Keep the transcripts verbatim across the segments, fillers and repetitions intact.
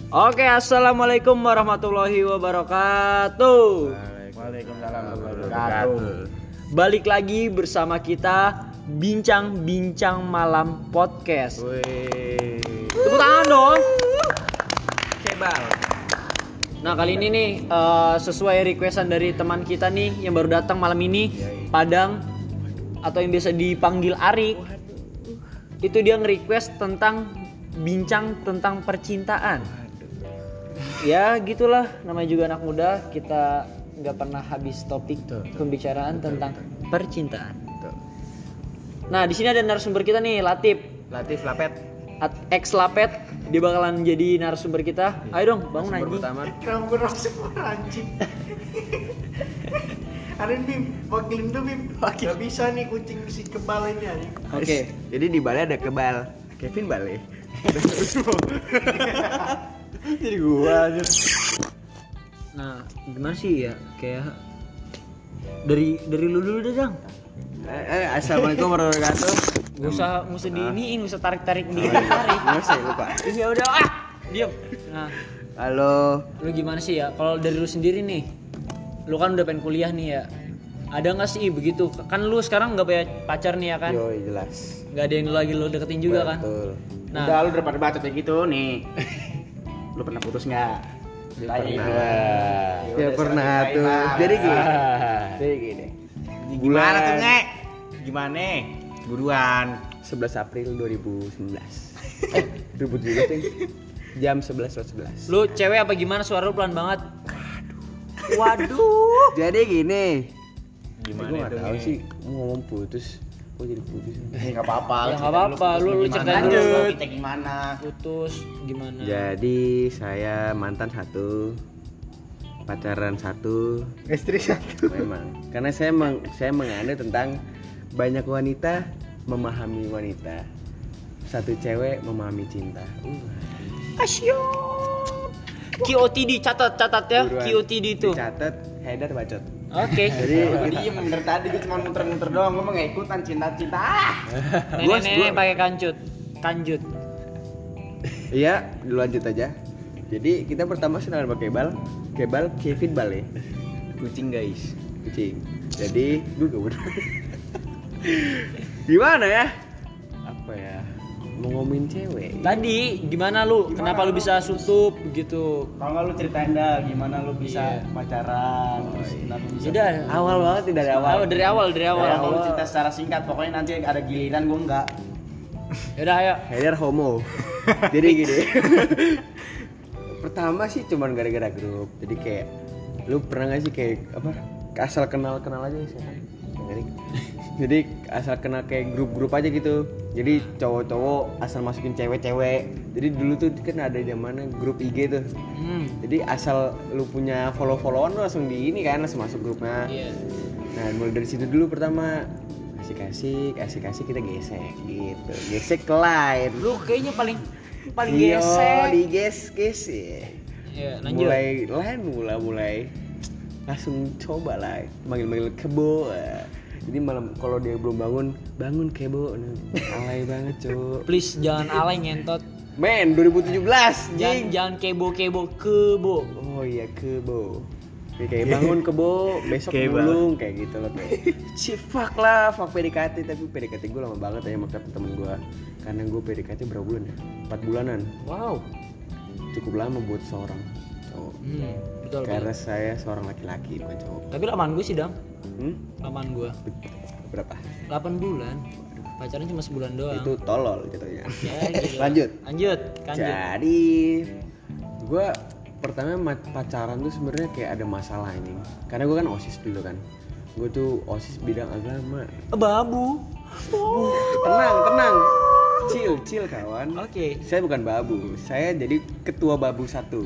Oke, assalamualaikum warahmatullahi wabarakatuh. Waalaikumsalam warahmatullahi wabarakatuh. Balik lagi bersama kita Bincang-Bincang Malam Podcast. Wih. Tepuk tangan dong. Kebal. Nah kali ini nih uh, sesuai requestan dari teman kita nih yang baru datang malam ini, Padang atau yang biasa dipanggil Arik. Itu dia nge-request tentang bincang tentang percintaan. Ya gitulah, namanya juga anak muda, kita nggak pernah habis topik pembicaraan tentang percintaan. Nah di sini ada narasumber kita nih, Latif. Latif Lapet. Ex Lapet, dia bakalan jadi narasumber kita. Ayo dong, bangun anjing. Kamu narasumber anjing. Arin Bim, wakilin tuh Bim. Gak bisa nih kucing si kebal ini anjing. Oke, okay. Jadi di balai ada kebal. Kevin Bale. Jadi gua aja. Nah, gimana sih ya? Kayak dari dari lu dulu deh, Jang. Eh, eh assalamualaikum warahmatullahi wabarakatuh. Gak usah, gak usah diiniin, gak usah tarik-tarik dikit tarik. Gak usah lupa. Ya udah, ah, diam. Nah, halo. Lu gimana sih ya? Kalau dari lu sendiri nih, lu kan udah pengen kuliah nih ya. Ada nggak sih begitu? Kan lu sekarang nggak punya pacar nih ya kan? Yo, jelas. Gak ada yang lagi lu deketin juga kan? Betul. Nah, Udah lu daripada bacot kayak gitu nih. Lu pernah putus enggak? Ya pernah. Ya pernah tuh. Jadi gini. Jadi gini. Gimana tuh, Nek? Gimana? Buruan. sebelas April dua ribu sembilan belas. Eh, dua ribu tujuh belas nih. Jam sebelas lewat sebelas. lu cewek apa gimana? Suara lu pelan banget. Waduh. Jadi gini. Gimana Gue gak itu, tahu Nek? sih mau ngomong putus. Kok jadi putus? Eh, enggak apa-apa. Ya nggak apa-apa, lu lu ceritain dulu. Lanjut. Kita gimana? Putus gimana? Jadi saya mantan satu, pacaran satu, Istri satu. memang. Karena saya meng, saya menganut tentang banyak wanita memahami wanita, satu cewek memahami cinta. Uh. Asyik. Q O T D catat catat ya. Buruan. Q O T D itu. Dicatat, header bacot. Oke. Jadi Dia bener tadi gue cuma muter-muter doang, gue mah nggak ikutan cinta-cinta. Ah! Gua- Nenek-nenek gua- pakai kancut. Kanjut. iya, lanjut aja. Jadi kita pertama kenalan sama Kebal, Kebal Kevin Bale. Kucing guys, kucing. Jadi gue gak bener. Gimana ya? Apa ya? Mau ngomongin cewek. Tadi gimana lu? Gimana Kenapa lu lu? bisa sutup gitu? Kalau nggak lu ceritain dah gimana lu bisa Iya. pacaran, Oh, terus iya. kenapa bisa? Sudah. Awal banget nih dari awal. Awal dari awal dari awal. Ya, kalau lu cerita secara singkat, pokoknya nanti ada giliran gue enggak. Yaudah ayo. Header homo. Jadi gini. Pertama sih cuman gara-gara grup. Jadi kayak lu pernah gak sih kayak apa? Asal kenal-kenal aja sih. Jadi asal kenal kayak grup-grup aja gitu. Jadi cowok-cowok asal masukin cewek-cewek. Jadi dulu tuh kan ada zamannya grup I G tuh. Hmm. Jadi asal lu punya follow-followan lu langsung di ini kan, langsung masuk grupnya. Iya. Nah mulai dari situ dulu pertama asik-asik, asik-asik kita gesek gitu. Gesek ke lain. Lu kayaknya paling paling Yo, gesek. di ges ges ya. Iya, lanjut. Mulai lain mulai mulai langsung coba lah manggil-manggil kebo. Jadi malam kalau dia belum bangun, bangun kebo. Nah, alay banget, Cuk. Please jangan alay ngentot. Men, dua ribu tujuh belas. Jangan Jing. jangan kebo-kebo kebo. Oh iya, kebo. Kayak, kayak bangun kebo, besok Kebo. gulung kayak gitu loh kayak. Si fuck lah, fuck P D K T, tapi P D K T gue lama banget ya sama temen gue. Karena gue P D K T berapa bulan ya? empat bulanan. Wow. Cukup lama buat seorang cowok. Hmm, betul. Karena betul. saya seorang laki-laki bukan cowok. Tapi lamaan gue sih, Dang. Hmm? Lamaan gue. Berapa? delapan bulan. Pacaran cuma sebulan doang. Itu tolol jatuhnya. Ya, gitu. Lanjut. Lanjut, lanjut. Jadi gue pertama ma- pacaran tuh sebenarnya kayak ada masalah ini. Karena gue kan OSIS dulu kan. Gue tuh OSIS bidang agama. Babu. Uh, tenang, tenang. Chill, chill kawan. Oke. Saya bukan babu. Saya jadi ketua babu satu.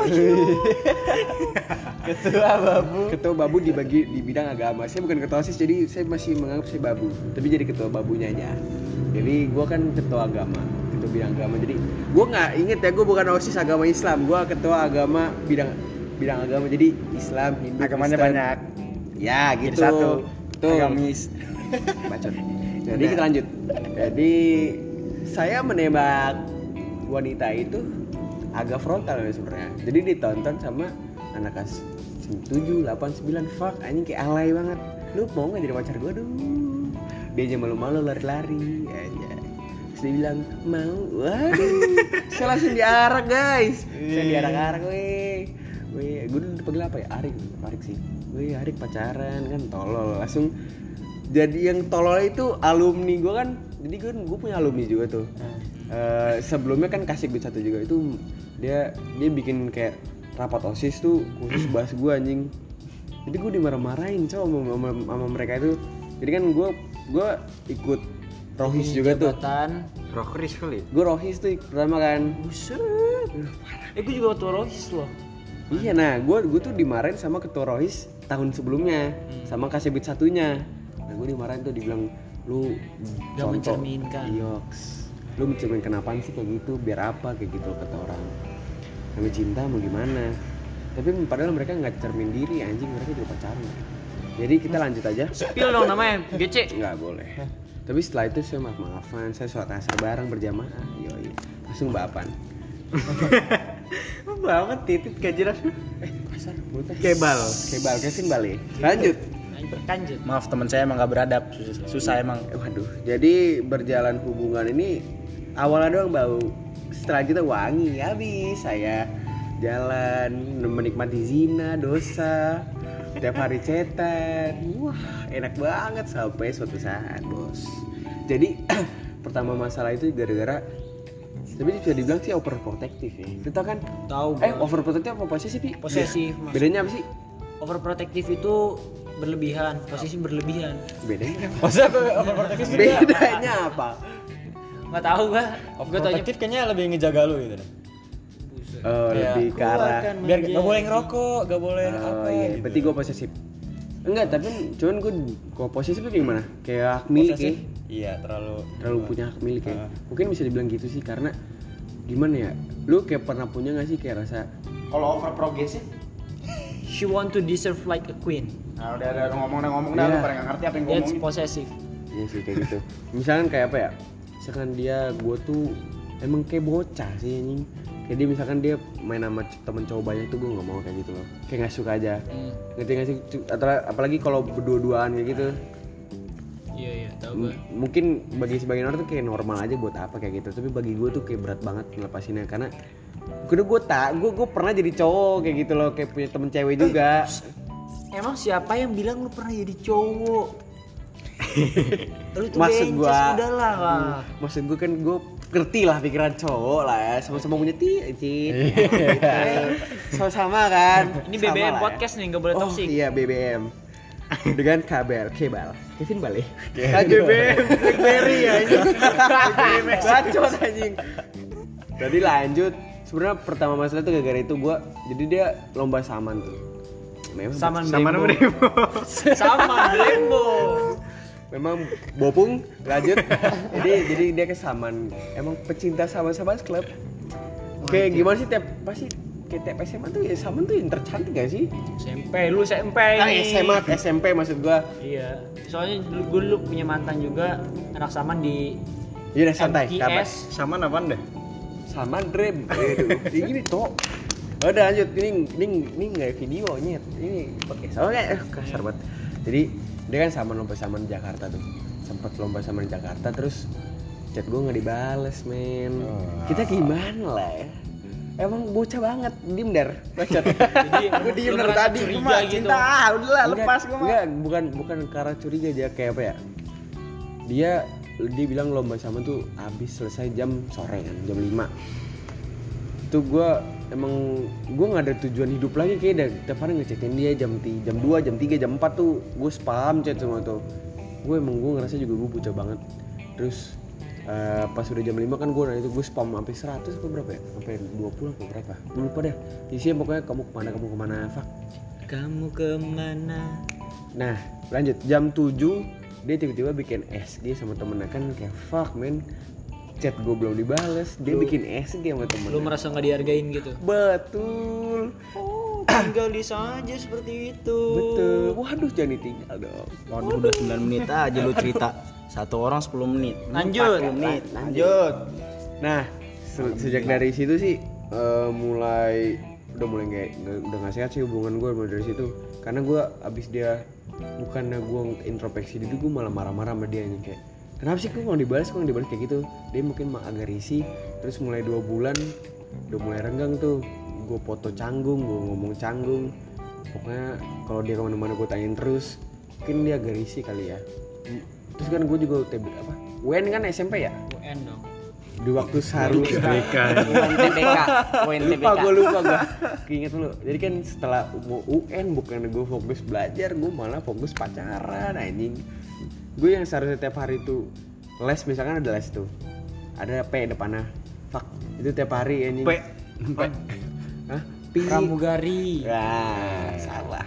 Ketua babu. Ketua babu dibagi di bidang agama. Saya bukan ketua OSIS, jadi saya masih menganggap saya babu. Tapi jadi ketua babunya aja. Jadi gue kan ketua agama, ketua bidang agama. Jadi gue nggak inget ya, gue bukan OSIS agama Islam. Gue ketua agama bidang bidang agama. Jadi Islam, Hindu, Agamanya Kristen. banyak. Ya Jadi gitu. satu. Betul. Agamis. Bacot. Jadi kita lanjut. Jadi saya menembak wanita itu agak frontal ya sebenarnya. Jadi ditonton sama anak kelas tujuh, delapan, sembilan. Fuck, anjing kayak alay banget. Lu mau gak jadi pacar gue? Aduh, dia aja malu-malu lari-lari aja. Terus dia bilang mau. Waduh, saya langsung diarak guys. Saya diarak-arak weh. Weh, gue dulu dipanggil apa ya? Arik, Arik sih. Weh, Arik pacaran kan tolol. Langsung jadi yang tolol itu alumni gue kan. Jadi gue gue punya alumni juga tuh. Hmm. Uh, sebelumnya kan kasih gue satu juga itu dia dia bikin kayak rapat OSIS tuh khusus bahas gue anjing. Jadi gue dimarah-marahin cow sama, sama, sama mereka itu. Jadi kan gue gue ikut Rohis juga tuh. Rohis kali. Gue Rohis tuh pertama kan. Buset. Eh gue juga ketua Rohis loh. Iya, nah gue gue tuh dimarahin sama ketua Rohis tahun sebelumnya hmm. sama kasebit satunya. Nah gue dimarahin tuh dibilang lu gak contoh, mencerminkan. Yoks. Lu mencerminkan apaan sih kayak gitu? Biar apa kayak gitu kata orang. Kami cinta mau gimana? Tapi padahal mereka nggak cermin diri anjing, mereka juga pacaran. Jadi kita lanjut aja. Spill dong namanya, G C. Nggak boleh. Tapi setelah itu saya maaf-maafan, saya sholat asar bareng berjamaah. Yoi, langsung bapan. Banget titit gak jelas. Eh, pasar, buta. Kebal. Kebal, Kevin balik. Lanjut. Lanjut. Maaf teman saya emang gak beradab, susah, susah emang. Waduh, jadi berjalan hubungan ini awalnya doang bau, setelah itu wangi habis. Saya jalan menikmati zina, dosa, tiap hari cetan. Wah, enak banget sampai suatu saat, bos. Jadi pertama masalah itu gara-gara, tapi bisa dibilang sih overprotective ya. Kita kan tahu. Eh, overprotective apa posesif sih? Posesif. Ya. Bedanya apa sih? Overprotective itu berlebihan, posesif berlebihan. Bedanya? Maksudnya overprotective Bedanya apa? Nggak tahu gua. Overprotective kayaknya lebih ngejaga lu gitu. Oh, ya, lebih ke arah biar gak boleh ngerokok, gak boleh oh, apa iya. gitu. Berarti gue posesif. Enggak, tapi cuman gue kalau posesif itu gimana? Kayak hak milik ya? Iya, terlalu terlalu punya hak milik ya. Uh. Mungkin bisa dibilang gitu sih karena gimana ya? Lu kayak pernah punya enggak sih kayak rasa Kalau over progresif? She want to deserve like a queen. Nah, udah ada ngomong udah ngomong dah Yeah. lu pada enggak ngerti apa yang gue That's ngomongin. possessive. Iya sih kayak gitu. Misalkan kayak apa ya? Misalkan dia gue tuh emang kayak bocah sih anjing. Jadi misalkan dia main sama temen cowok banyak tuh gue nggak mau kayak gitu loh, kayak nggak suka aja. Hmm. Ngerti nggak sih? Apalagi kalau berdua-duaan kayak gitu. Iya iya tahu gue. M- mungkin bagi sebagian orang tuh kayak normal aja buat apa kayak gitu. Tapi bagi gue tuh kayak berat banget ngelepasinnya karena kudu gue tak, gue gue pernah jadi cowok kayak gitu loh, kayak punya temen cewek juga. Emang siapa yang bilang lu pernah jadi cowok? Lu tuh Maksud bences, gua, udahlah lah. Maksud gue kan gue ngerti lah pikiran cowok lah ya, sama-sama punya tit, sama-sama kan. Ini B B M Sama podcast nih, nggak boleh Oh toksik. iya B B M dengan kabel kebal Kevin balik K G B M Blackberry ya ini. bacot anjing. Jadi lanjut, sebenarnya pertama masalah tuh gara-gara itu gue, jadi dia lomba saman tuh. Memang Saman Sama Brembo. nama Brembo. Saman Brembo. Memang bopung lanjut. jadi jadi dia ke Saman, emang pecinta Saman-Saman Club. Kayak gimana sih tiap pasti kayak tiap S M A tuh ya Saman tuh yang tercantik gak sih? S M P, lu S M P Nah, nih. S M A, S M P maksud gua. Iya. Soalnya dulu gue dulu punya mantan juga anak Saman di Iya udah santai, M T kabar. S. Sama apaan deh? Saman Dream. Aduh, ini gini toh. Udah lanjut, ini ini ini nggak video nyet. Ini oke, soalnya eh kasar banget. Jadi dia kan sama lomba saman di Jakarta tuh, sempat lomba saman di Jakarta terus chat gue nggak dibales men. Oh. Kita gimana lah ya, emang bocah banget, diem dar bacot. Jadi Gue diem lu dari ngerasa tadi curiga mah gitu. cinta ah, udahlah Enggak, lepas gue mah. Enggak, bukan bukan karena curiga aja, kayak apa ya, dia dia bilang lomba saman tuh habis selesai jam sore kan, jam lima. Itu gue emang gue nggak ada tujuan hidup lagi, kayak udah tiap hari ngechatin dia jam ti, jam dua, jam tiga, jam empat tuh gue spam chat semua tuh. Gue emang gue ngerasa juga gue bocah banget. Terus uh, pas udah jam lima kan gue nanya itu gue spam sampai seratus atau berapa ya, sampai dua puluh atau berapa, gue lupa dah. Isinya pokoknya kamu kemana kamu kemana fuck. Kamu kemana? Nah lanjut jam tujuh dia tiba-tiba bikin S G sama temennya, kan kayak fuck men, chat gue belum dibales, dia Lu- bikin S G sama temennya. Lu merasa nggak dihargain gitu? Betul. Oh, tinggal di saja seperti itu. Betul. Waduh jangan ditinggal dong. Waduh udah sembilan menit aja lu cerita. Satu orang sepuluh menit. Lu Lanjut. empat puluh menit. Lanjut. Nah se- sejak dari situ sih uh, mulai udah mulai nggak udah nggak sehat sih hubungan gue mulai dari situ. Karena gue abis dia bukannya gue introspeksi diri, gue malah marah-marah sama dia nih kayak kenapa sih gue mau dibalas, gue dibalas kayak gitu. Dia mungkin agak risih. Terus mulai dua bulan udah mulai renggang tuh. Gue foto canggung, gue ngomong canggung. Pokoknya kalau dia kemana-mana gue tanyain terus. Mungkin dia agak risih kali ya. Terus kan gue juga T B apa? U N kan S M P ya? U N dong. Di waktu seharusnya U N T B K. U N T B K. lupa gue lupa gue keinget dulu. Jadi kan setelah mau U N bukan gue fokus belajar, gue malah fokus pacaran anjing. Gue yang seharusnya tiap hari itu les, misalkan ada les tuh ada P depannya, fuck itu tiap hari anjing. P P hah? Pi. Pramugari. Nah, salah.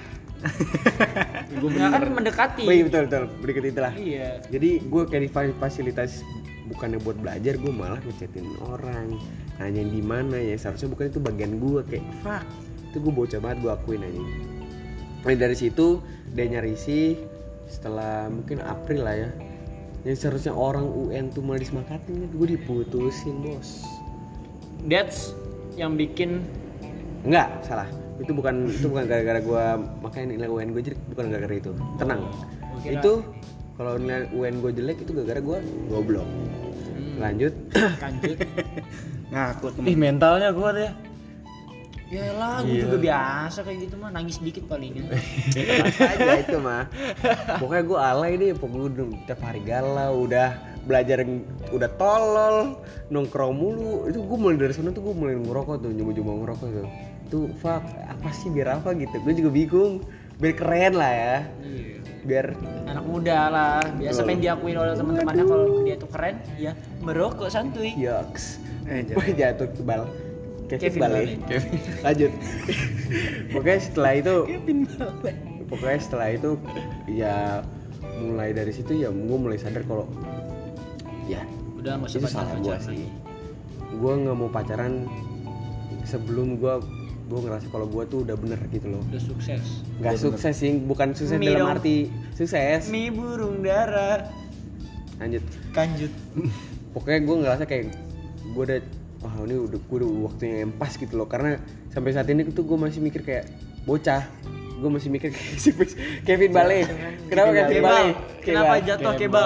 Gue kan mendekati. P betul betul berikut itulah. Iya. Jadi gue kayak di fasilitas bukannya buat belajar, gue malah ngechatin orang, nanyain di mana ya seharusnya bukan itu bagian gue. Kayak fuck, itu gue bocah banget, gue akuin aja. Nah, dari situ dia nyari sih setelah mungkin April lah ya, yang seharusnya orang U N tuh malah disemakatin, gue diputusin bos. That's yang bikin Enggak, salah. Itu bukan itu bukan gara-gara gue makanya nilai U N gue jelek, bukan gara-gara itu. Tenang. Oh, kira- Itu kalau nilai U N gue jelek itu gara-gara gue goblok. Hmm. Lanjut. Lanjut. Ngaku Ih mentalnya kuat ya. Ya lah, gue Iya. juga biasa kayak gitu mah, nangis dikit palingan. Biasa aja itu mah. Pokoknya gue alay deh, pokoknya udah tiap hari galau, udah belajar udah tolol, nongkrong mulu. Itu gue mulai dari sana tuh gue mulai ngerokok tuh, nyoba-nyoba ngerokok tuh. Tuh fuck, apa sih biar apa gitu. Gue juga bingung. Biar keren lah ya. Iya. Biar Anak muda lah, biasa Betul. pengen diakuin oleh teman-temannya kalau dia tuh keren, ya merokok santuy. yoks. Eh, Gue jatuh kebal. Kevin, Kevin Bale. Bale. Lanjut. Pokoknya setelah itu Pokoknya setelah itu ya mulai dari situ ya gue mulai sadar kalau ya Udah nggak usah itu salah gue pacaran sih. Gue nggak mau pacaran sebelum gue gue ngerasa kalau gue tuh udah bener gitu loh. Udah sukses. Nggak sukses sih, bukan sukses Mie dalam dong. arti sukses. Mi burung dara. Lanjut. Kanjut. Pokoknya gue ngerasa kayak gue udah wah ini udah gue udah waktunya yang pas gitu loh, karena sampai saat ini tuh gue masih mikir kayak bocah. Gue masih mikir kayak si Kevin Bale. Kenapa Kevin Kebal. Bale? Kenapa jatuh kebal?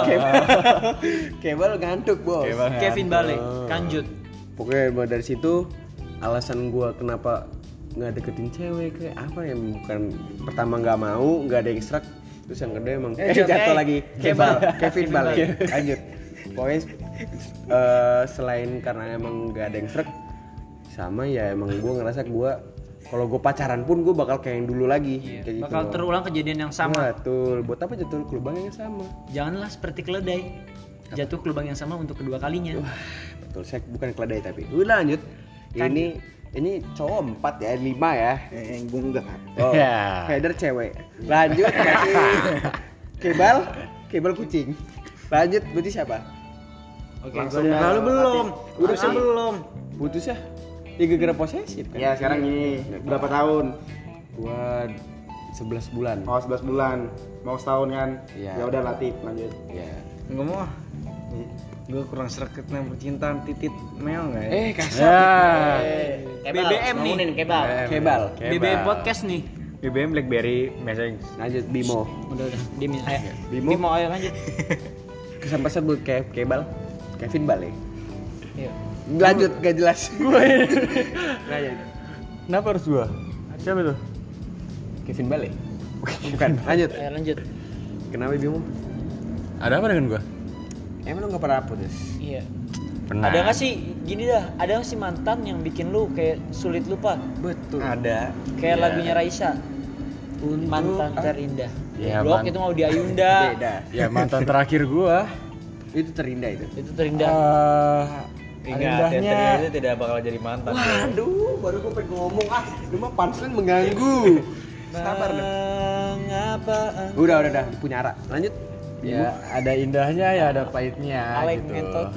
Kebal ngantuk bos. Kebal. Kevin Bale. Kanjut. Pokoknya dari situ alasan gue kenapa nggak deketin cewek kayak apa ya, bukan pertama nggak mau, nggak ada yang serak, terus yang kedua emang eh, Eh, jatuh eh, lagi Kebal. Kebal Kevin Bale. Lanjut. Pokoknya eh, selain karena emang nggak ada yang serak, sama ya emang gue ngerasa gue kalau gue pacaran pun gue bakal kayak yang dulu lagi. Iya. Kayak Bakal gitu. terulang kejadian yang sama. Betul. Buat apa jatuh ke lubang yang sama? Janganlah seperti keledai. Jatuh ke lubang yang sama untuk kedua kalinya. Wah, betul. Saya bukan keledai tapi. Udah lanjut. Ini ini cowok empat ya, lima ya. Eh, gue enggak. Oh, Ya. header cewek. Lanjut berarti Kebal, Kebal kucing. Lanjut berarti siapa? Oke, Langsung gua udah- lalu belum. Udah Langsung. sebelum. Putus ya? Ya gara-gara posesif kan? Ya sekarang gini, berapa tahun? Gua sebelas bulan. Oh sebelas bulan. Mau setahun kan? Iya. Ya udah Latif lanjut. Ya. Enggak mau. Gue kurang sreket nih percintaan titit meo enggak ya? Eh, Ya. kasar. B B M nih. Kebal. Kebal. B B M podcast nih. B B M Blackberry message. Lanjut Bimo. Udah udah. Dimin ayo. Bimo. Bimo ayo lanjut. Kesan-pesan buat Ke Kebal. Kevin Bale. Iya. Lanjut, gak jelas. Gue. Lanjut. Kenapa harus gua? Siapa tuh? Kevin Bale. Bukan. Lanjut. Ayo lanjut. Kenapa Bimo? Ada apa dengan gua? Emang lu gak pernah putus? Iya. Pernah. Ada nggak sih gini dah? Ada nggak sih mantan yang bikin lu kayak sulit lupa? Betul. Ada. Kayak Iya. lagunya Raisa. Untuk Mantan ah, terindah. Ya, Blok man- itu mau di Ayunda. beda. Ya mantan terakhir gua. Itu terindah itu. Itu terindah. Eh, indahnya itu tidak bakal jadi mantan. Waduh, baru gue pengen ngomong ah, itu mah punchline mengganggu. Sabar deh. Mengapa? Udah, udah, udah, punya arah. Lanjut. ya ada indahnya ya ada pahitnya Alek gitu. ngentot.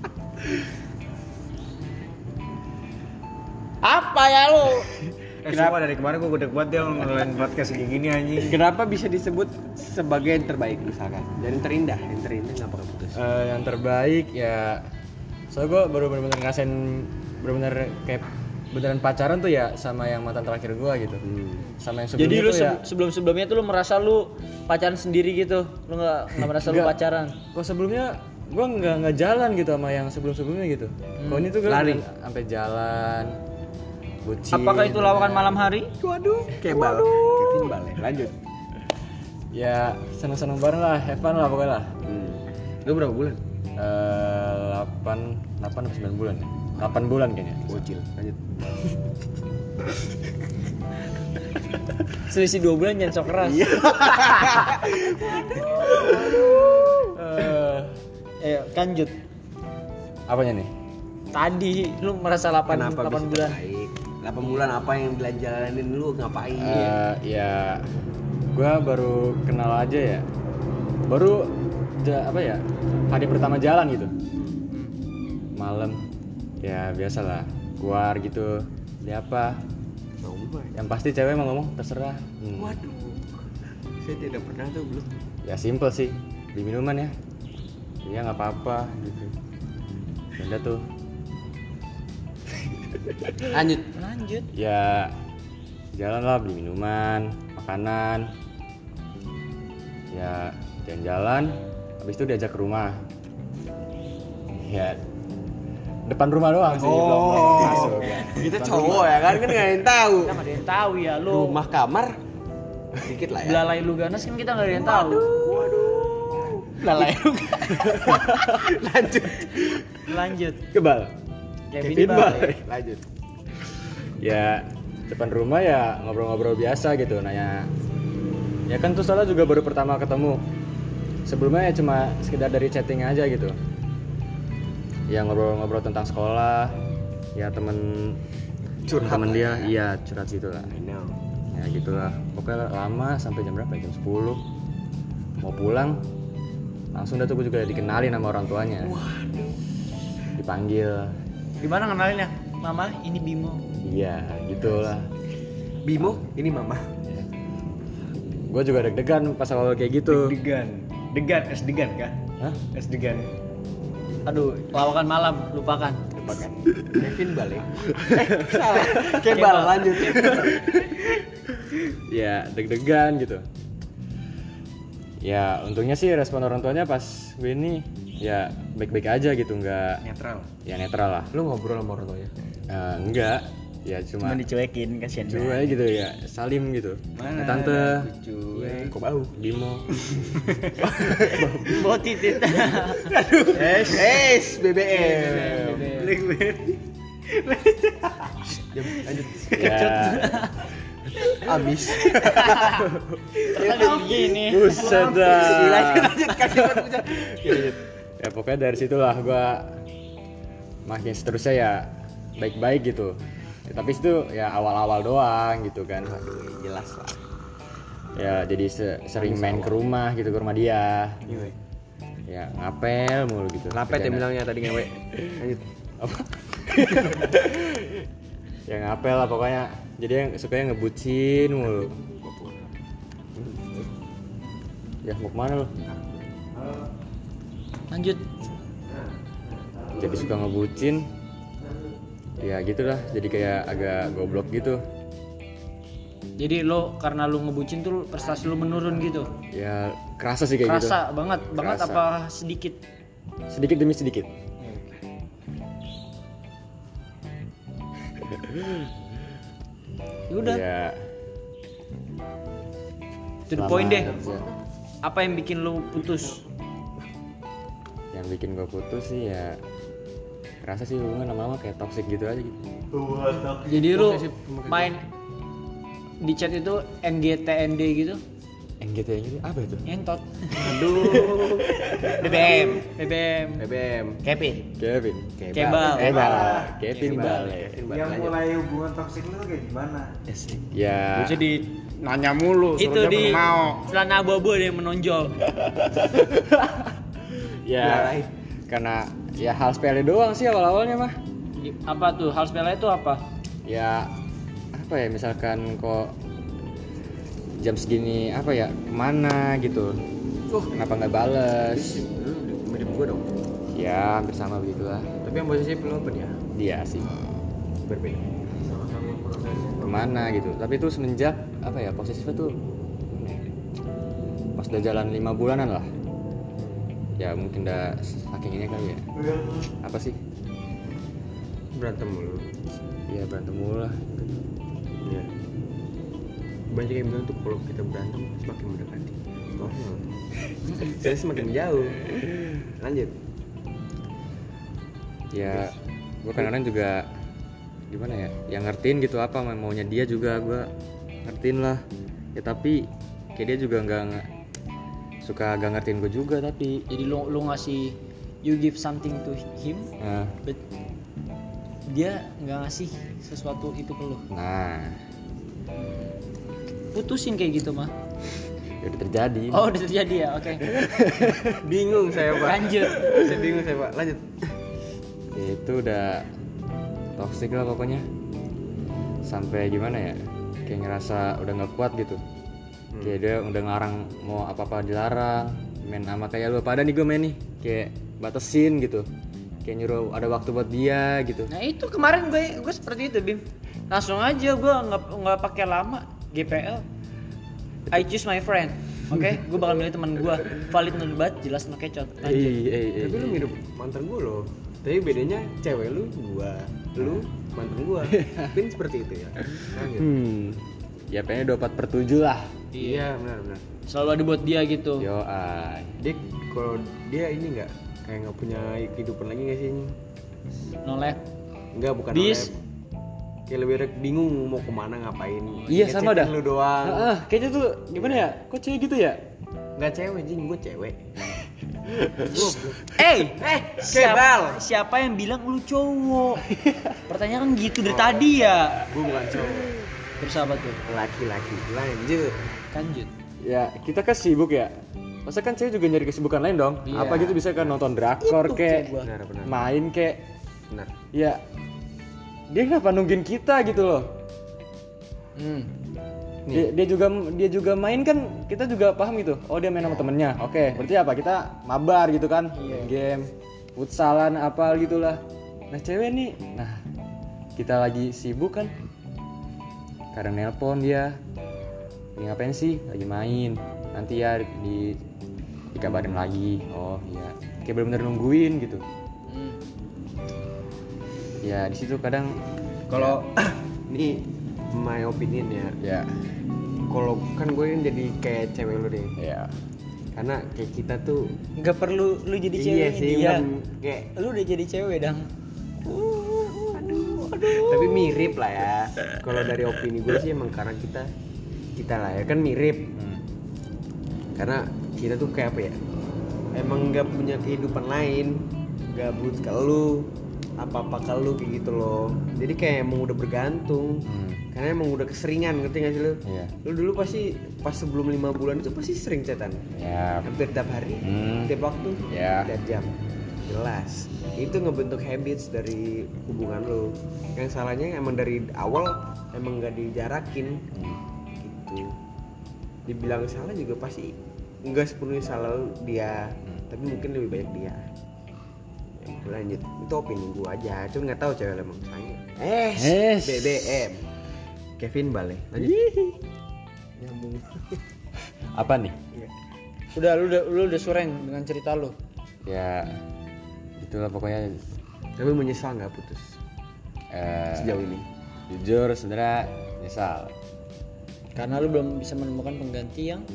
Apa ya lu? Eh semua dari kemarin gue gede banget dia ngelain podcast kayak gini anjing. Kenapa bisa disebut sebagai yang terbaik misalkan? Dan yang terindah, yang terindah nggak bakal putus. Eh, yang terbaik ya soalnya gue baru benar-benar ngerasain benar-benar kayak beneran pacaran tuh ya sama yang mantan terakhir gua gitu. Hmm. Sama yang sebelumnya Jadi lu tuh ya. sebelum-sebelumnya tuh lu merasa lu pacaran sendiri gitu. Lu nggak nggak merasa lu Nggak. pacaran. Kok sebelumnya gua nggak nggak jalan gitu sama yang sebelum-sebelumnya gitu. Hmm. Kalau ini tuh gua Lari. beneran sampai jalan. Bucin. Apakah itu lawakan malam hari? Waduh, kebal. Kevin Bal. ya. Lanjut. Ya seneng-seneng bareng lah, have fun lah pokoknya lah. Hmm. Lu berapa bulan? Eh, delapan delapan atau sembilan bulan ya? delapan bulan kayaknya. Bocil. Lanjut. Selisih dua bulan jangan sok keras. Iya. Eh, Ayo lanjut. apanya nih? Tadi lu merasa delapan Kenapa delapan bisa bulan. terbaik? delapan bulan apa yang jalanin lu ngapain? Eh, ya gua baru kenal aja ya. Baru ja- apa ya? Hari pertama jalan gitu. Malam. Ya biasalah, keluar gitu. Beli apa? Coba. Yang pasti cewek emang ngomong terserah. Hmm. Waduh. Saya tidak pernah tuh belum. Ya simple sih. Beli minuman ya. Iya nggak apa-apa gitu. Udah tuh. Lanjut. Lanjut. Ya jalan lah beli minuman, makanan. Ya jalan-jalan. Habis itu diajak ke rumah. Ya depan rumah doang sih, belum belum masuk. Ya. Kita cowok ya kan, kan nggak ada yang tahu. Kita nggak ada yang tahu ya lu. Rumah kamar sedikit lah ya. Belalai lu ganas kan kita nggak ada yang tahu. Waduh. Belalai lu. Lanjut. Lanjut. Kebal. Kevin, Kevin balik. balik. Lanjut. Ya depan rumah ya ngobrol-ngobrol biasa gitu, nanya. Ya kan tuh soalnya juga baru pertama ketemu. Sebelumnya ya cuma sekedar dari chatting aja gitu. Ya ngobrol-ngobrol tentang sekolah, ya temen Curhat temen lah dia, ya. iya curhat gitu lah. I know. Ya gitulah. Pokoknya lama sampai jam berapa? Jam sepuluh. Mau pulang, langsung dah tuh gue juga dikenalin sama orang tuanya. Waduh. Dipanggil. Gimana kenalinnya? Mama, ini Bimo. Iya, gitulah. Bimo, ini mama. Gue juga deg-degan pas awal kayak gitu. Degan. Degan, es degan kah? Hah? Es degan. Aduh, lawakan malam, lupakan. Lupakan. Kevin balik. Eh, salah. Kebal, lanjut. Ya deg-degan gitu. Ya untungnya sih respon orang tuanya pas gue ini ya baik-baik aja gitu, nggak Netral. ya netral lah. Lu ngobrol sama orang tuanya? Eh, enggak, ya cuma Cuma dicuekin, kasihan cuma aja gitu ya, salim gitu. Mana Eh, tante, ada cuek. iya, kok bau? Bimo. Bawa titit. Es, es, B B M. Blackberry. Jom, lanjut. Ya, Abis. Ternyata begini. buset dah. Lanjut, lanjut. Kasih lanjut. Ya pokoknya dari situlah gua makin seterusnya ya baik-baik gitu. Ya, tapi itu ya awal-awal doang gitu kan. Aduh, jelas lah. Ya jadi se- sering main ke rumah gitu, ke rumah dia. Ngewe. Ya ngapel mulu gitu. Lapet ya Kerjaan- bilangnya tadi ngewe. Lanjut. apa? Ya ngapel lah pokoknya. Jadi yang sukanya ngebucin mulu. Ya mau kemana lu? Lanjut. Jadi suka ngebucin. Ya gitulah, jadi kayak agak goblok gitu. Jadi lo karena lo ngebucin tuh prestasi lo menurun gitu. Ya kerasa sih kayak Kerasa banget, banget Kerasa. apa sedikit? gitu. Sedikit demi sedikit. Ya udah, Ya, to the selama point deh. kerja. Apa yang bikin lo putus? Yang bikin gue putus sih ya kerasa sih hubungan lama-lama kayak toxic gitu aja gitu. Jadi lo main di chat itu N G T N D gitu? N G T gitu apa itu? Entot. Aduh. B B M, B B M. B B M. Kevin. Kevin. Kebal. Kebal. Kevin Kebal. Bal. Kevin Bal. Yang Lanjut. mulai hubungan toksik lu kayak gimana? Ya Jadi nanya mulu, Itu suruh di dia mau. celana abu-abu ada yang menonjol. ya Mulai. karena ya hal sepele doang sih awal-awalnya mah. Apa tuh? Hal sepele itu apa? Ya apa ya misalkan kok jam segini apa ya kemana gitu, Oh, kenapa nggak bales? lu mirip gua dong. Ya hampir sama begitulah. Tapi yang posisi belum open ya? Dia sih Berbeda. sama-sama prosesnya. kemana gitu. Tapi itu semenjak apa ya, posesifnya tuh pas udah jalan lima bulanan lah. Ya mungkin udah saking ini kali ya. Apa sih? Berantem mulu. Ya berantem mulu lah. Iya. Banyak yang bilang tuh kalau kita berantem semakin mendekati. Oh, saya semakin jauh. Lanjut. Ya gue kadang-kadang juga gimana ya, yang ngertiin gitu apa maunya dia juga gue ngertiin lah ya, tapi kayak dia juga nggak nggak- suka gak ngertiin gue juga. Tapi Jadi lu lu ngasih, you give something to him, nah, but dia nggak ngasih sesuatu itu ke lu. nah Putusin kayak gitu mah. ya udah terjadi. Oh udah terjadi ya, oke. Bingung saya pak. Lanjut. Saya bingung saya pak. Lanjut. Ya, itu udah toxic lah pokoknya, sampai gimana ya, kayak ngerasa udah nggak kuat gitu. Kayak dia udah ngarang mau apa-apa dilarang, main sama kayak lu pada nih gue main nih kayak batasin gitu, kayak nyuruh ada waktu buat dia gitu. Nah itu kemarin gue gue seperti itu Bim, langsung aja gue nggak nggak pakai lama G P L, I choose my friend, oke, gue bakal milih teman gue, valid nubat, jelas no kecot. Eh, Lanjut. eh, eh, Tapi lu mirip mantan gue loh. Tapi bedanya cewek lu gua, lu mantan gua. Mungkin seperti itu ya. Lanjut. Hmm, ya pengennya dua puluh empat per tujuh lah. Iya benar benar. Selalu ada buat dia gitu. Yo ay. Dia kalau dia ini nggak kayak nggak punya kehidupan lagi nggak sih? No lab. Enggak, bukan Bis. oleh- kayak lebih bingung mau kemana ngapain. Iya, Ngecekin sama dah. lu doang. Ah, ah, kayaknya tuh gimana ya? Kok cewek gitu ya? Nggak cewek jing, gue cewek. Goblok. Eh, Eh, siapa, kebal. siapa yang bilang lu cowok? Pertanyaan kan gitu dari tadi ya. Gue bukan cowok. Terus apa tuh? Laki-laki. Lanjut. Lanjut. Ya kita kan sibuk ya. Masa kan cewek juga nyari kesibukan lain dong. Iya. Apa gitu bisa kan nonton drakor Itu kek, kayak gua. Benar benar. main kek. Benar. Ya dia kenapa nungguin kita gitu loh. Hmm. Dia, dia juga dia juga main kan, kita juga paham gitu. Oh dia main sama temennya. Oke, berarti apa? Kita mabar gitu kan, Iya. game, futsalan apa gitulah. Nah cewek nih, nah kita lagi sibuk kan, kadang nelpon dia, lagi ngapain sih? Lagi main. Nanti ya di dikabarin lagi. Oh iya, kayak bener-bener nungguin gitu. Hmm. Ya di situ kadang Kalau ini my opinion ya. ya Kalau kan gue kan jadi kayak cewek lu deh. ya Karena kayak kita tuh Nggak perlu lu jadi iya cewek sih, dia. kan kayak Lu udah jadi cewek dang. tapi mirip lah ya. Kalau dari opini gue sih emang karena kita kita lah ya kan mirip. hmm. Karena kita tuh kayak apa ya? Emang nggak punya kehidupan lain, gabut ke lu, apa-apa ke lu kayak gitu loh. Jadi kayak emang udah bergantung. Hmm. Karena emang udah keseringan, ngerti gak sih lu? Iya. Lu dulu pasti pas sebelum lima bulan itu pasti sering chatan. Ya. Hampir tiap hari, Hmm. tiap waktu, Ya. tiap jam. Jelas. Itu ngebentuk habits dari hubungan lu. Yang salahnya emang dari awal emang nggak dijarakin Hmm. gitu. Dibilang salah juga pasti nggak sepenuhnya salah lu, dia, Hmm. tapi mungkin lebih banyak dia. Ya, lanjut. Itu opini gua aja. Cuma nggak tahu cewek lu emang sayang. Eh, Es. B B M. Kevin balik. Lanjut. Nyambung. Apa nih? Iya. Udah lu udah lu udah sureng dengan cerita lu. Ya itulah pokoknya. Tapi menyesal nggak putus eh, sejauh ini? Jujur sebenarnya nyesal. Karena lu belum bisa menemukan pengganti yang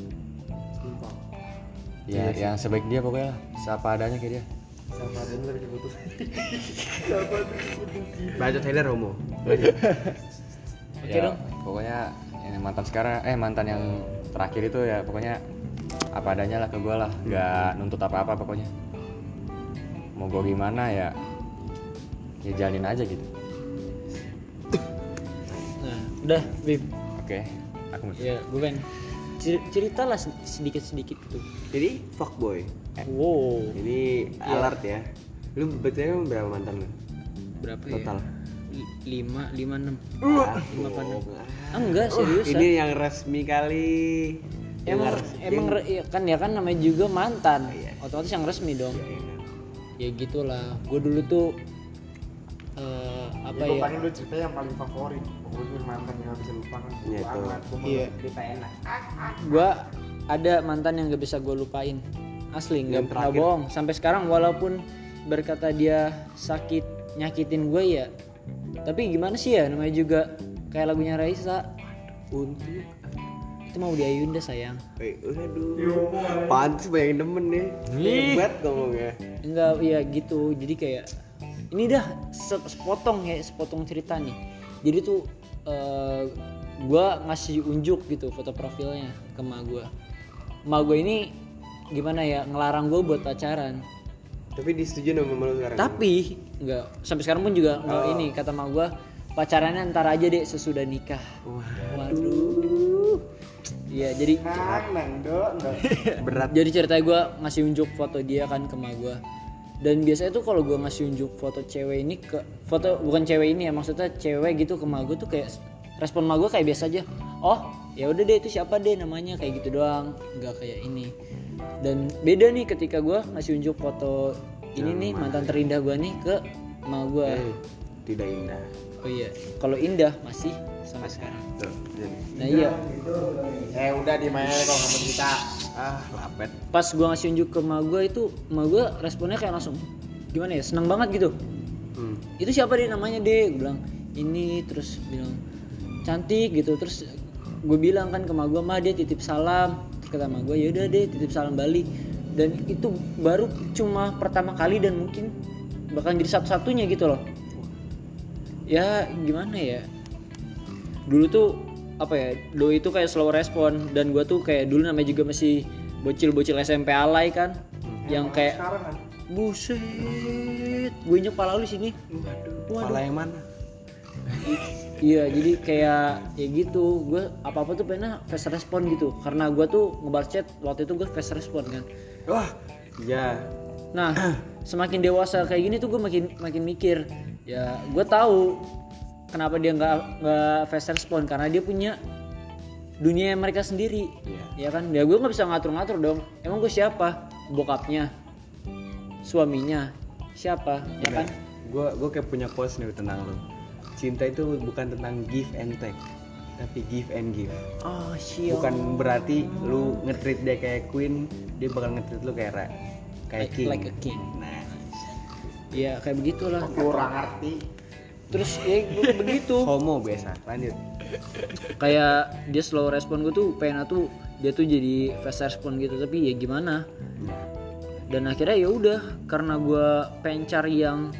Ya yang sebaik dia pokoknya lah, seapa adanya kayak dia. Sama ada yang diputus. Baca Taylor Romo. Lanjut. Oke Ya, dong. pokoknya yang mantan sekarang eh mantan yang terakhir itu ya pokoknya apa adanya lah ke gue lah, nggak nuntut apa-apa pokoknya. Mau gue gimana ya, ya jalin aja gitu. Nah, udah Bim. Oke, aku mau. Ya, gue pengen cer- ceritalah se- sedikit-sedikit gitu. Jadi fuckboy. Wow. Ini Iya. alert ya. Lu betulnya berapa mantan lu? Berapa Total. ya? Li- Lima, lima enam. Ah, lima apa enam? bohong. Ah, enggak serius. Ini yang resmi kali. Yang emang res- emang yang- re- ya kan ya kan namanya juga mantan. Iya. Otomatis yang resmi dong. Iya, iya. Ya gitulah. Gue dulu tuh eh, apa ya, ya? paling lu cerita yang paling favorit. Pokoknya mantan yang gak bisa lupakan. Ya, Gua tuh. amat, gua mau Iya. cerita enak. Gue ada mantan yang gak bisa gue lupain, asli nggak Yang pernah terakhir. bohong sampai sekarang, walaupun berkata dia sakit nyakitin gue ya, tapi gimana sih ya, namanya juga kayak lagunya Raisa, Untuk itu mau di Ayunda sayang. Eh, aduh. Pantes bayangin demen nih. Hebat ngomongnya. Enggak, iya gitu, jadi kayak ini dah se- sepotong ya, sepotong cerita nih. Jadi tuh uh, gue ngasih unjuk gitu foto profilnya ke emak gue. Emak gue ini gimana ya, ngelarang gue buat pacaran. Tapi disetujui sama lu sekarang. Tapi enggak, sampai sekarang pun juga enggak. Oh. Ini kata emak gue, pacarannya ntar aja deh sesudah nikah. Waduh. Iya, jadi Kangen, Dok. Dok. berat. jadi ceritanya gue ngasih unjuk foto dia kan ke emak gue. Dan biasanya tuh kalau gue ngasih unjuk foto cewek ini ke foto bukan cewek ini ya, maksudnya cewek gitu ke emak gue tuh kayak respon emak gue kayak biasa aja. Oh ya udah deh, itu siapa deh namanya, kayak gitu doang, nggak kayak ini. Dan beda nih ketika gue ngasih unjuk foto ini nih mantan terindah gue nih ke emak gue. Eh, tidak indah. Oh iya, kalau indah masih sampai sekarang. Tuh, jadi. Nah iya, Eh udah di mana kalau nggak mau cerita. Ah, lapet. pas gue ngasih unjuk ke emak gue itu, emak gue responnya kayak langsung gimana ya, seneng banget gitu. Hmm. Itu siapa deh namanya deh, gue bilang ini, terus bilang cantik gitu. Terus gue bilang kan ke emak gue, mah dia titip salam. Terus kata emak gue, yaudah deh titip salam balik. Dan itu baru cuma pertama kali dan mungkin bakal jadi satu-satunya gitu loh. Ya gimana ya, dulu tuh apa ya, doi itu kayak slow respon. Dan gue tuh kayak dulu namanya juga masih bocil-bocil S M P alay kan, yang kayak Sekarang kan. buset, gue injek pala lu sini. Waduh. Pala yang mana? Iya, jadi kayak ya gitu, gue apa-apa tuh pengennya fast respon gitu. Karena gue tuh ngebalas chat waktu itu gue fast respon kan. Wah, iya. Nah, semakin dewasa kayak gini tuh gue makin makin mikir, ya gue tahu kenapa dia nggak nggak fast respon, karena dia punya dunia mereka sendiri. Iya. Ya kan, ya gue nggak bisa ngatur-ngatur dong. Emang gue siapa? Bokapnya, suaminya, siapa? Ya kan? Gue gue kayak punya quotes nih tentang lu. Cinta itu bukan tentang give and take, tapi give and give. Oh siap. Bukan berarti lu nge-treat dia kayak queen, dia bakal nge-treat lu kayak ra- kayak Like, king. like a king. Nah, Ya kayak begitulah. Kurang arti. Terus ya gue begitu. homo biasa. Lanjut. Kayak dia slow respon, gue tuh pengen tuh dia tuh jadi fast respon gitu, tapi ya gimana. Dan akhirnya ya udah, karena gue pengen cari yang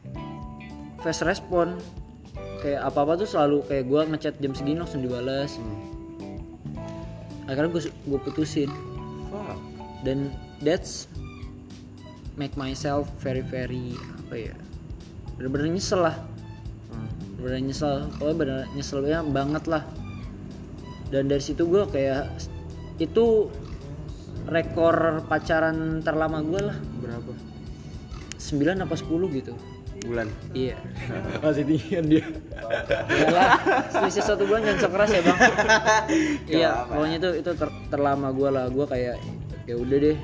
fast respon, kayak apa apa tuh selalu kayak gue ngechat jam segini langsung dibalas. Akhirnya gue gue putusin. Wow. Dan that's make myself very very apa ya, bener-bener nyesel lah. Bener nyesel, pokoknya bener nyeselnya banget lah. Dan dari situ gue kayak, itu rekor pacaran terlama gue lah, Berapa? sembilan apa sepuluh gitu. Bulan. Iya. Masih tinggian dia. Iyalah, selisih satu bulan, jangan sok keras ya bang. Iya, apa. pokoknya itu itu ter- terlama gue lah. Gue kayak ya udah deh,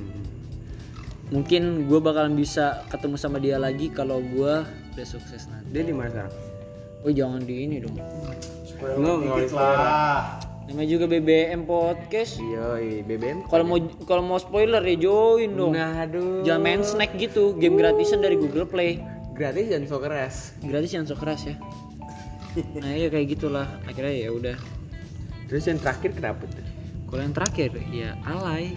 mungkin gue bakalan bisa ketemu sama dia lagi kalau gue udah sukses nanti. Dia di mana sekarang? Oh jangan di ini dong. Spoiler Nggak, nggak dikit boleh lah. Namanya juga B B M podcast. Iya, B B M. Kalau mau kalau mau spoiler ya join dong. Nah, aduh. Jangan main snack gitu, game gratisan dari Google Play. Gratis dan so keras. Gratis jangan sok keras ya. Nah ya kayak gitulah. Akhirnya ya udah. Terus yang terakhir kenapa tuh? Kalau yang terakhir ya alay.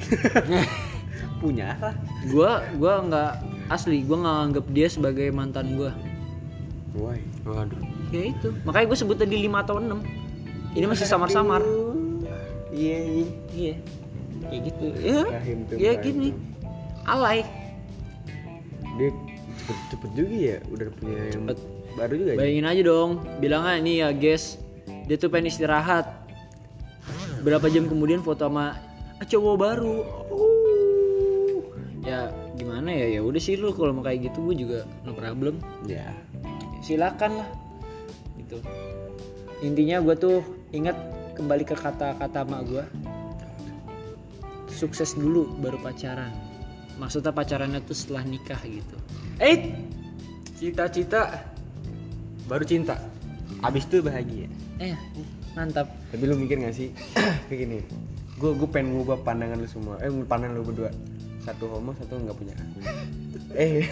Punya lah. Gua gua nggak asli, gua nggak anggap dia sebagai mantan gua. Why? Waduh. Ya itu. Makanya gue sebut tadi lima atau enam. Ini masih samar-samar. Iya, iya. Iya. Kayak gitu. Ya. Rahim tuh, Ya rahim gini. tuh. Alay. Dia cepet, cepet juga ya, udah punya yang Cepet. baru juga ya. Bayangin aja dong, bilangnya ini ya guys, dia tuh pengen istirahat. Berapa jam kemudian foto sama ah, cowok baru. Uh. Ya gimana ya, ya udah sih lu kalau mau kayak gitu gue juga no problem. Ya. Silakan lah. Gitu. Intinya gue tuh ingat kembali ke kata-kata mak gue. Sukses dulu baru pacaran. Maksudnya pacarannya tuh setelah nikah gitu. Eh, cita-cita baru cinta. Abis itu bahagia. Eh, mantap. Tapi lu mikir gak sih kayak gini, gue gue pengen ngubah pandangan lu semua, eh pandangan lu berdua, satu homo satu nggak punya. eh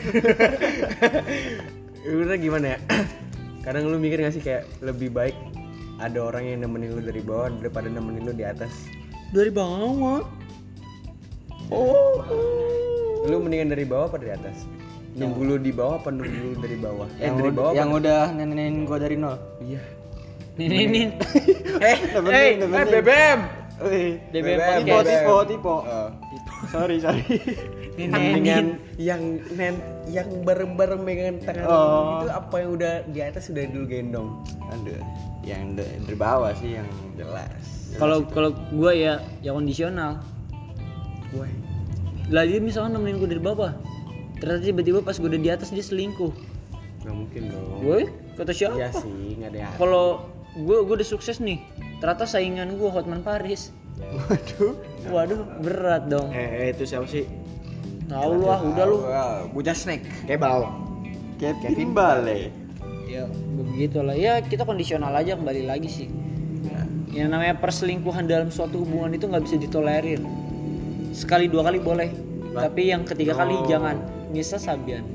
udah gimana ya? Kadang lu mikir gak sih kayak lebih baik ada orang yang nemenin lu dari bawah daripada nemenin lu di atas? Dari bawah. Oh, lu mendingan dari bawah apa dari atas? Nunggu lu di bawah apa nunggu lu dari bawah? Eh yang dari udah, bawah yang apa? udah nenenin gua dari nol. Iya. Nih nih nih. Eh, eh, eh, B B M. B B M B B M, podcast. B B M. Tipo, tipo. Oh. Sorry, sorry. Mendingan yang nen yang bareng-bareng megang tangan Oh. itu apa yang udah di atas udah dulu gendong. Aduh, yang de- dari bawah sih yang Jelas. Kalau kalau gue ya ya kondisional. Wah. Lah dia misalkan nemenin gue dari bawah. Ternyata tiba-tiba pas gue udah di atas dia selingkuh. Nggak mungkin dong. Gue kata siapa? Iya sih, nggak ada yang. Kalau gue gue udah sukses nih, ternyata saingan gue Hotman Paris. Waduh. Waduh, berat dong. Eh, eh itu siapa sih? Tahu lu ah, udah lu. Bocah snack. Kebal. Kevin Bale. Ya begitulah. Ya kita kondisional aja, kembali lagi sih. Yang namanya perselingkuhan dalam suatu hubungan itu nggak bisa ditolerir. Sekali dua kali boleh, tapi yang ketiga kali Oh. jangan. Nisa Sabian.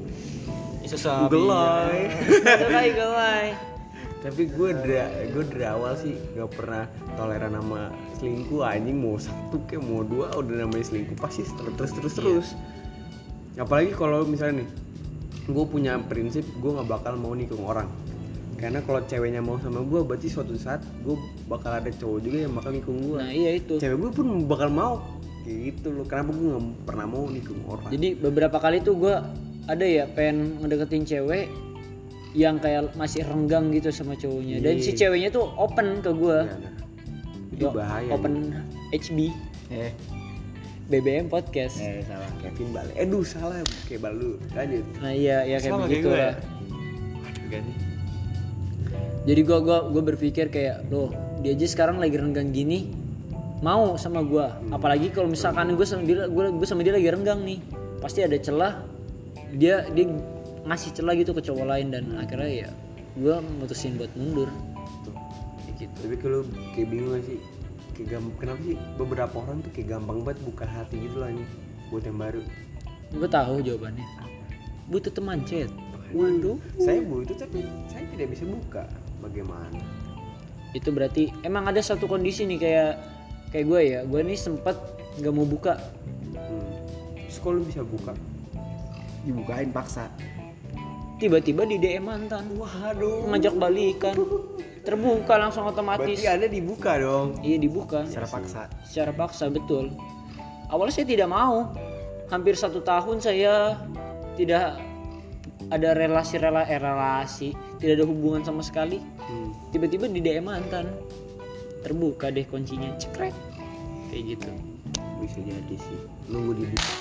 Gelai. Gelai gelai. Tapi gue dari gue dari awal sih gak pernah toleran sama selingkuh. Anjing mau satu kayak mau dua udah namanya selingkuh pasti terus terus terus terus. Apalagi kalau misalnya nih, gue punya prinsip gue nggak bakal mau nikung orang. Karena kalau ceweknya mau sama gue, berarti suatu saat gue bakal ada cowok juga yang bakal nikung gue. Nah iya itu. Cewek gue pun bakal mau kayak gitu loh. Kenapa gue nggak pernah mau nikung orang? Jadi beberapa kali tuh gue ada ya pengen ngedeketin cewek yang kayak masih renggang gitu sama cowoknya. Dan Iya. si ceweknya tuh open ke gue. Ya, nah. Itu bahaya. Open H B. Eh, B B M podcast. eh salah Kevin Bale. Eh, duh salah kayak Balu. Lanjut. Nah iya ya kayak Sama kayak begitu gue lah. ya? Ganti. Jadi gue gua gue berpikir kayak loh dia aja sekarang lagi renggang gini mau sama gue. Apalagi kalau misalkan gue sama dia gue gue sama dia lagi renggang nih pasti ada celah dia dia ngasih celah gitu ke cowok lain dan akhirnya ya gue mutusin buat mundur. Tuh. Kayak gitu. Tapi kalau kayak bingung gak sih? Kayak gam- kenapa sih beberapa orang tuh kayak gampang banget buka hati gitu lah nih buat yang baru. Gue tahu jawabannya. Butuh teman chat. Waduh. Saya butuh tapi saya tidak bisa buka. Bagaimana? Itu berarti emang ada satu kondisi nih kayak kayak gue ya. Gue nih sempet nggak mau buka. Hmm. Terus kalau lu bisa buka? Dibukain paksa. Tiba-tiba di D M mantan. Waduh. Ngajak balikan. Terbuka langsung otomatis. Berarti Anda dibuka dong. Iya dibuka. Secara paksa. Secara paksa betul. Awalnya saya tidak mau. Hampir satu tahun saya tidak ada relasi rela eh, relasi, tidak ada hubungan sama sekali. Hmm. Tiba-tiba di D M mantan. Terbuka deh kuncinya, cekrek. Kayak gitu. Bisa jadi sih. Nunggu dibuka.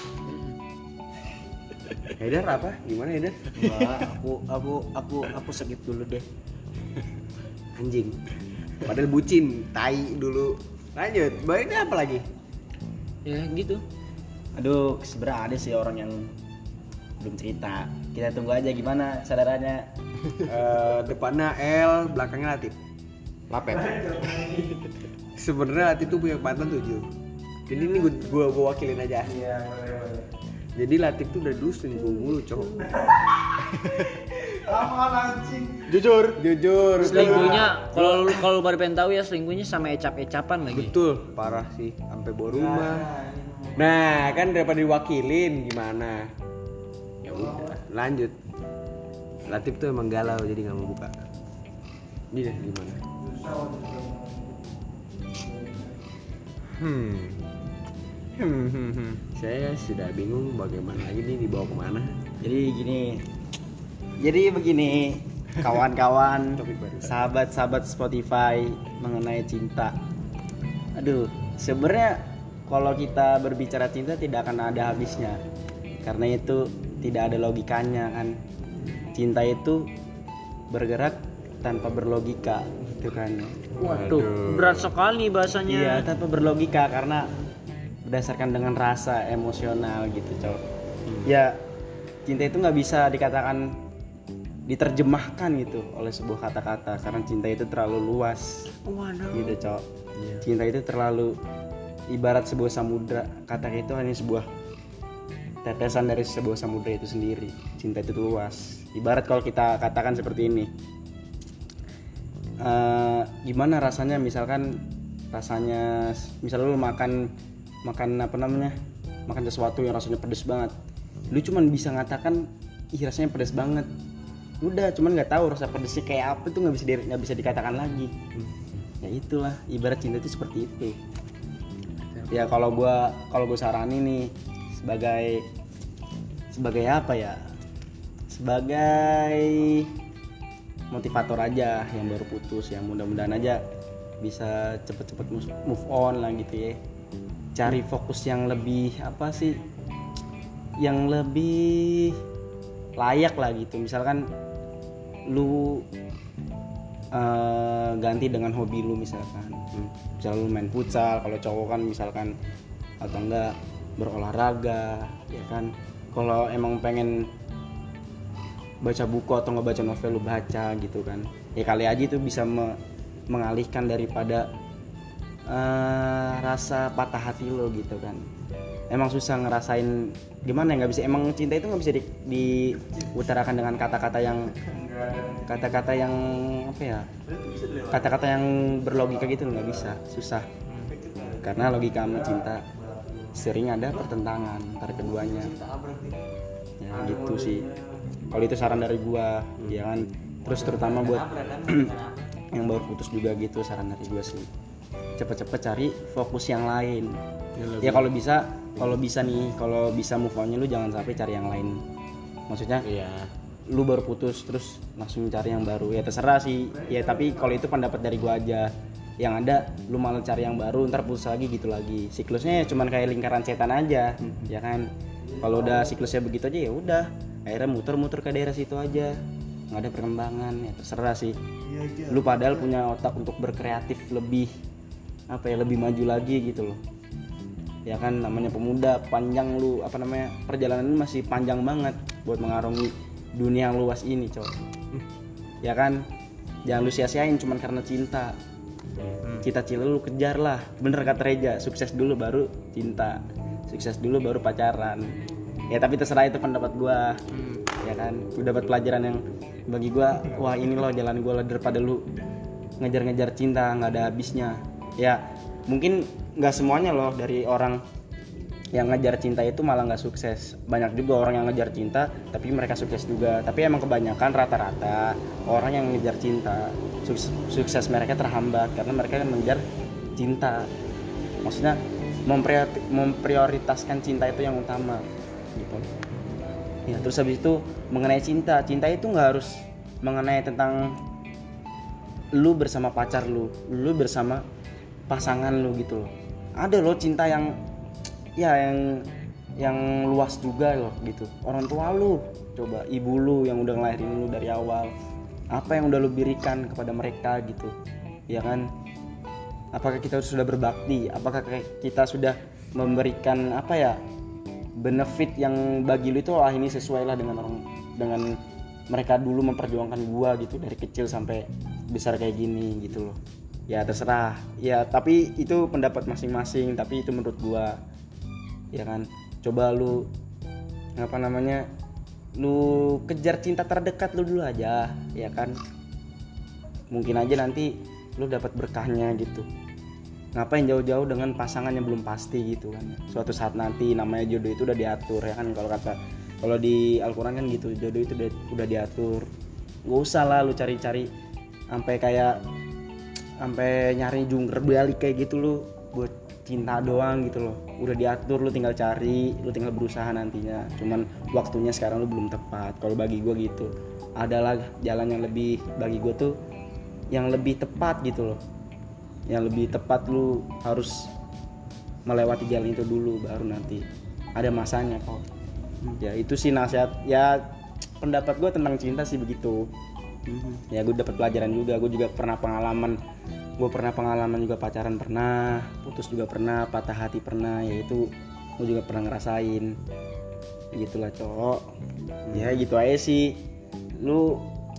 Haidar apa? Gimana Haidar? Wah, aku aku aku aku skip dulu deh. Anjing. Padahal bucin, tai dulu. Lanjut. Baiknya apa lagi? Ya gitu. Aduh, sebenarnya ada sih orang yang belum cerita. Kita tunggu aja gimana saudaranya. Eh, depannya L, belakangnya Latif. Lapet. Sebenarnya Latif tuh punya mantan tujuh. Jadi ini gua gua, gua wakilin aja. Iya, jadi Latif tuh udah dulu selingkuh mulu, cowok. Jujur. Jujur. Selingkuhnya kalau kalau baru pengen tahu ya selingkuhnya sama ecap-ecapan lagi. Betul, parah sih, sampai bawa rumah. Nah, kan daripada diwakilin gimana? Ya udah, lanjut. Latif tuh emang galau jadi nggak mau buka. Ini deh gimana? Hmm. Hmm, hmm, hmm. Saya sudah bingung bagaimana lagi nih dibawa kemana. Jadi gini. Jadi begini, kawan-kawan, Topik baru. sahabat-sahabat Spotify mengenai cinta. Aduh, sebenarnya kalau kita berbicara cinta tidak akan ada habisnya. Karena itu tidak ada logikanya kan. Cinta itu bergerak tanpa berlogika, gitu kan. Waduh, berat sekali bahasanya. Iya, tanpa berlogika karena berdasarkan dengan rasa emosional gitu, cowok. Ya, cinta itu nggak bisa dikatakan diterjemahkan gitu oleh sebuah kata-kata, karena cinta itu terlalu luas. Waduh. Gitu cok. Cinta itu terlalu ibarat sebuah samudra, kata itu hanya sebuah tetesan dari sebuah samudra itu sendiri. Cinta itu luas. Ibarat kalau kita katakan seperti ini, uh, gimana rasanya misalkan rasanya misalnya lu makan makan apa namanya makan sesuatu yang rasanya pedas banget, lu cuman bisa ngatakan ih rasanya pedas banget, udah cuman nggak tahu rasa pedasnya kayak apa tuh nggak bisa nggak bisa dikatakan lagi. Ya itulah ibarat cinta itu seperti itu. Ya kalau gua kalau gua saranin nih sebagai sebagai apa ya sebagai motivator aja yang baru putus, yang mudah-mudahan aja bisa cepet-cepet move on lah gitu ya. Cari fokus yang lebih apa sih yang lebih layak lah gitu. Misalkan lu uh, ganti dengan hobi lu misalkan. Misalnya lu main futsal kalau cowok kan misalkan, atau enggak berolahraga ya kan. Kalau emang pengen baca buku atau nggak baca novel lu baca gitu kan. Ya kali aja itu bisa me- mengalihkan daripada uh, rasa patah hati lo gitu kan. Emang susah ngerasain gimana ya, nggak bisa, emang cinta itu nggak bisa di, diutarakan dengan kata-kata yang kata-kata yang apa ya kata-kata yang berlogika gitu, nggak bisa, susah karena logika sama cinta sering ada pertentangan antara keduanya ya gitu sih. Kalau itu saran dari gua ya kan, terus terutama buat yang baru putus juga gitu, saran dari gua sih cepet-cepet cari fokus yang lain ya, kalau bisa kalau bisa nih kalau bisa move on-nya lu jangan sampai cari yang lain, maksudnya iya. Lu baru putus terus langsung cari yang baru ya terserah sih ya, tapi kalau itu pendapat dari gua aja, yang ada lu malah cari yang baru ntar putus lagi gitu lagi, siklusnya ya cuman kayak lingkaran setan aja hmm. ya kan. Kalau udah siklusnya begitu aja ya udah akhirnya muter-muter ke daerah situ aja, nggak ada perkembangan ya terserah sih. Lu padahal punya otak untuk berkreatif lebih apa ya lebih maju lagi gitu loh ya kan, namanya pemuda panjang, lu apa namanya perjalanan lu masih panjang banget buat mengarungi dunia yang luas ini cowok ya kan. Jangan lu sia-siain cuman karena cinta. Cita-cita lu kejar lah, bener kata Reja, sukses dulu baru cinta, sukses dulu baru pacaran ya. Tapi terserah, itu pendapat gua ya kan. Gua dapat pelajaran yang bagi gua, wah ini loh jalan gua lah, daripada lu ngejar-ngejar cinta nggak ada habisnya ya. Mungkin nggak semuanya loh dari orang yang ngejar cinta itu malah nggak sukses, banyak juga orang yang ngejar cinta tapi mereka sukses juga. Tapi emang kebanyakan rata-rata orang yang ngejar cinta sukses, sukses mereka terhambat karena mereka mengejar cinta, maksudnya memprioritaskan cinta itu yang utama gitu ya. Terus habis itu mengenai cinta, cinta itu nggak harus mengenai tentang lu bersama pacar lu, lu bersama pasangan lu gitu loh. Ada loh cinta yang ya yang yang luas juga loh gitu. Orang tua lu, coba ibu lu yang udah ngelahirin lu dari awal, apa yang udah lu berikan kepada mereka gitu ya kan. Apakah kita sudah berbakti, apakah kita sudah memberikan apa ya benefit yang bagi lu itu, ah ini sesuai lah dengan orang dengan mereka dulu memperjuangkan gua gitu dari kecil sampai besar kayak gini gitu loh ya. Terserah ya, tapi itu pendapat masing-masing, tapi itu menurut gua ya kan. Coba lu apa namanya lu kejar cinta terdekat lu dulu aja ya kan, mungkin aja nanti lu dapat berkahnya gitu. Ngapain jauh-jauh dengan pasangan yang belum pasti gitu kan. Suatu saat nanti namanya jodoh itu udah diatur ya kan, kalau kata kalau di Al-Quran kan gitu, jodoh itu udah, udah diatur. Gak usah lah lu cari-cari sampai kayak sampai nyari jungkir balik kayak gitu lu buat cinta doang gitu loh. Udah diatur, lu tinggal cari, lu tinggal berusaha nantinya. Cuman waktunya sekarang lu belum tepat. Kalau bagi gue gitu, adalah jalan yang lebih, bagi gue tuh yang lebih tepat gitu loh. Yang lebih tepat lu harus melewati jalan itu dulu, baru nanti ada masanya kok. Ya itu sih nasihat ya, pendapat gue tentang cinta sih begitu. Ya gue dapat pelajaran juga, gue juga pernah pengalaman gue pernah pengalaman juga pacaran pernah, putus juga pernah, patah hati pernah, yaitu gue juga pernah ngerasain gitulah cowok. Ya gitu aja sih, lu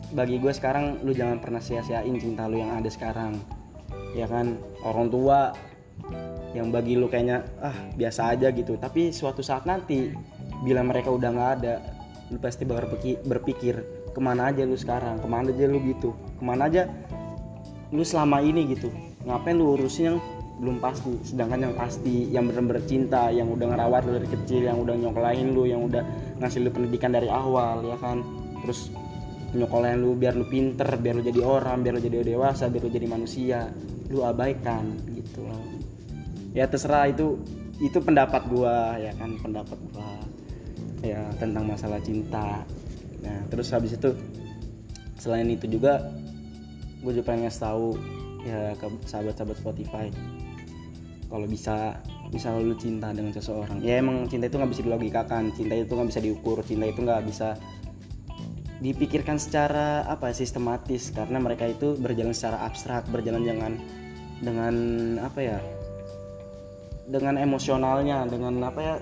bagi gue sekarang lu jangan pernah sia-siain cinta lu yang ada sekarang, ya kan. Orang tua yang bagi lu kayaknya ah biasa aja gitu, tapi suatu saat nanti bila mereka udah nggak ada, lu pasti bakal berpikir, berpikir kemana aja lu sekarang, kemana aja lu gitu, kemana aja lu selama ini gitu, ngapain lu urusin yang belum pasti. Sedangkan yang pasti, yang bener-bener cinta, yang udah ngerawat lu dari kecil, yang udah nyokolain lu, yang udah ngasih lu pendidikan dari awal, ya kan, terus nyokolain lu biar lu pinter, biar lu jadi orang, biar lu jadi dewasa, biar lu jadi manusia, lu abaikan gitu. Ya terserah, itu itu pendapat gua, ya kan, pendapat gua ya tentang masalah cinta. Nah terus habis itu, selain itu juga gue juga pengen ngasih tahu ya ke sahabat-sahabat Spotify, kalau bisa misal lu cinta dengan seseorang, ya emang cinta itu nggak bisa dilogikakan, cinta itu nggak bisa diukur, cinta itu nggak bisa dipikirkan secara apa sistematis, karena mereka itu berjalan secara abstrak, berjalan dengan dengan apa ya, dengan emosionalnya, dengan apa ya,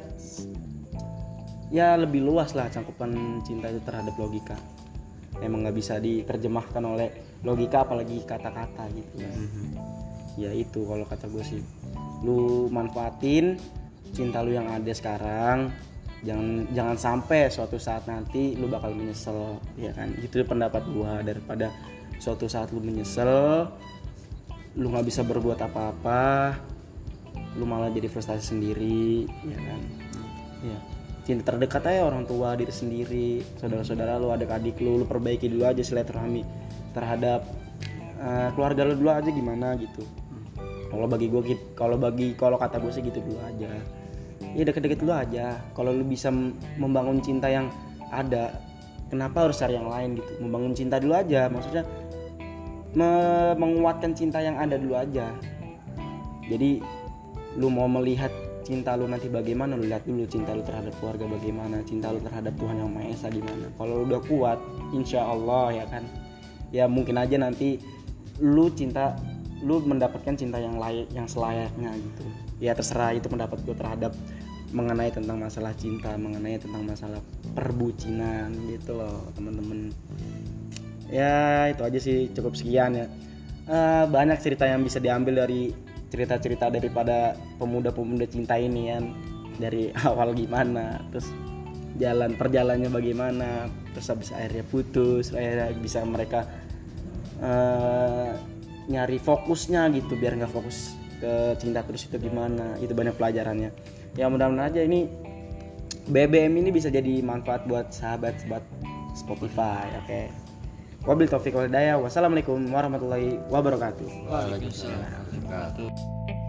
ya lebih luas lah cangkupan cinta itu terhadap logika. Emang nggak bisa diterjemahkan oleh logika, apalagi kata-kata gitu kan. Mm-hmm. Ya itu kalau kata gue sih, lu manfaatin cinta lu yang ada sekarang, jangan jangan sampai suatu saat nanti lu bakal menyesal, ya kan. Itu pendapat gua. Daripada suatu saat lu menyesal, lu nggak bisa berbuat apa-apa, lu malah jadi frustasi sendiri, ya kan. Ya cinta terdekat aja orang tua, diri sendiri, saudara-saudara lu, adik-adik lu, lu perbaiki dulu aja silaturahmi terhadap uh, keluarga lu dulu aja gimana gitu. Kalau bagi gua, kalau bagi kalau kata gua sih gitu dulu aja. Ya deket-deket dulu aja. Kalau lu bisa membangun cinta yang ada, kenapa harus cari yang lain gitu? Membangun cinta dulu aja, maksudnya me- menguatkan cinta yang ada dulu aja. Jadi lu mau melihat cinta lu nanti bagaimana, lu lihat dulu cinta lu terhadap keluarga bagaimana, cinta lu terhadap Tuhan Yang Maha Esa gimana. Kalau lu udah kuat, insya Allah ya kan, ya mungkin aja nanti lu cinta, lu mendapatkan cinta yang layak, yang selayaknya gitu. Ya terserah, itu pendapat gue terhadap mengenai tentang masalah cinta, mengenai tentang masalah perbucinan gitu loh teman-teman. Ya itu aja sih, cukup sekian ya. Uh, banyak cerita yang bisa diambil dari cerita-cerita daripada pemuda-pemuda cinta ini kan, dari awal gimana, terus jalan perjalannya bagaimana, terus habis akhirnya putus, akhirnya bisa mereka uh, nyari fokusnya gitu biar nggak fokus ke cinta terus, itu gimana, itu banyak pelajarannya. Ya mudah-mudahan aja ini B B M ini bisa jadi manfaat buat sahabat-sahabat Spotify. Oke, okay. Wabil taufiq wal hidayah. Wassalamualaikum warahmatullahi wabarakatuh. Waalaikumsalam warahmatullahi wabarakatuh.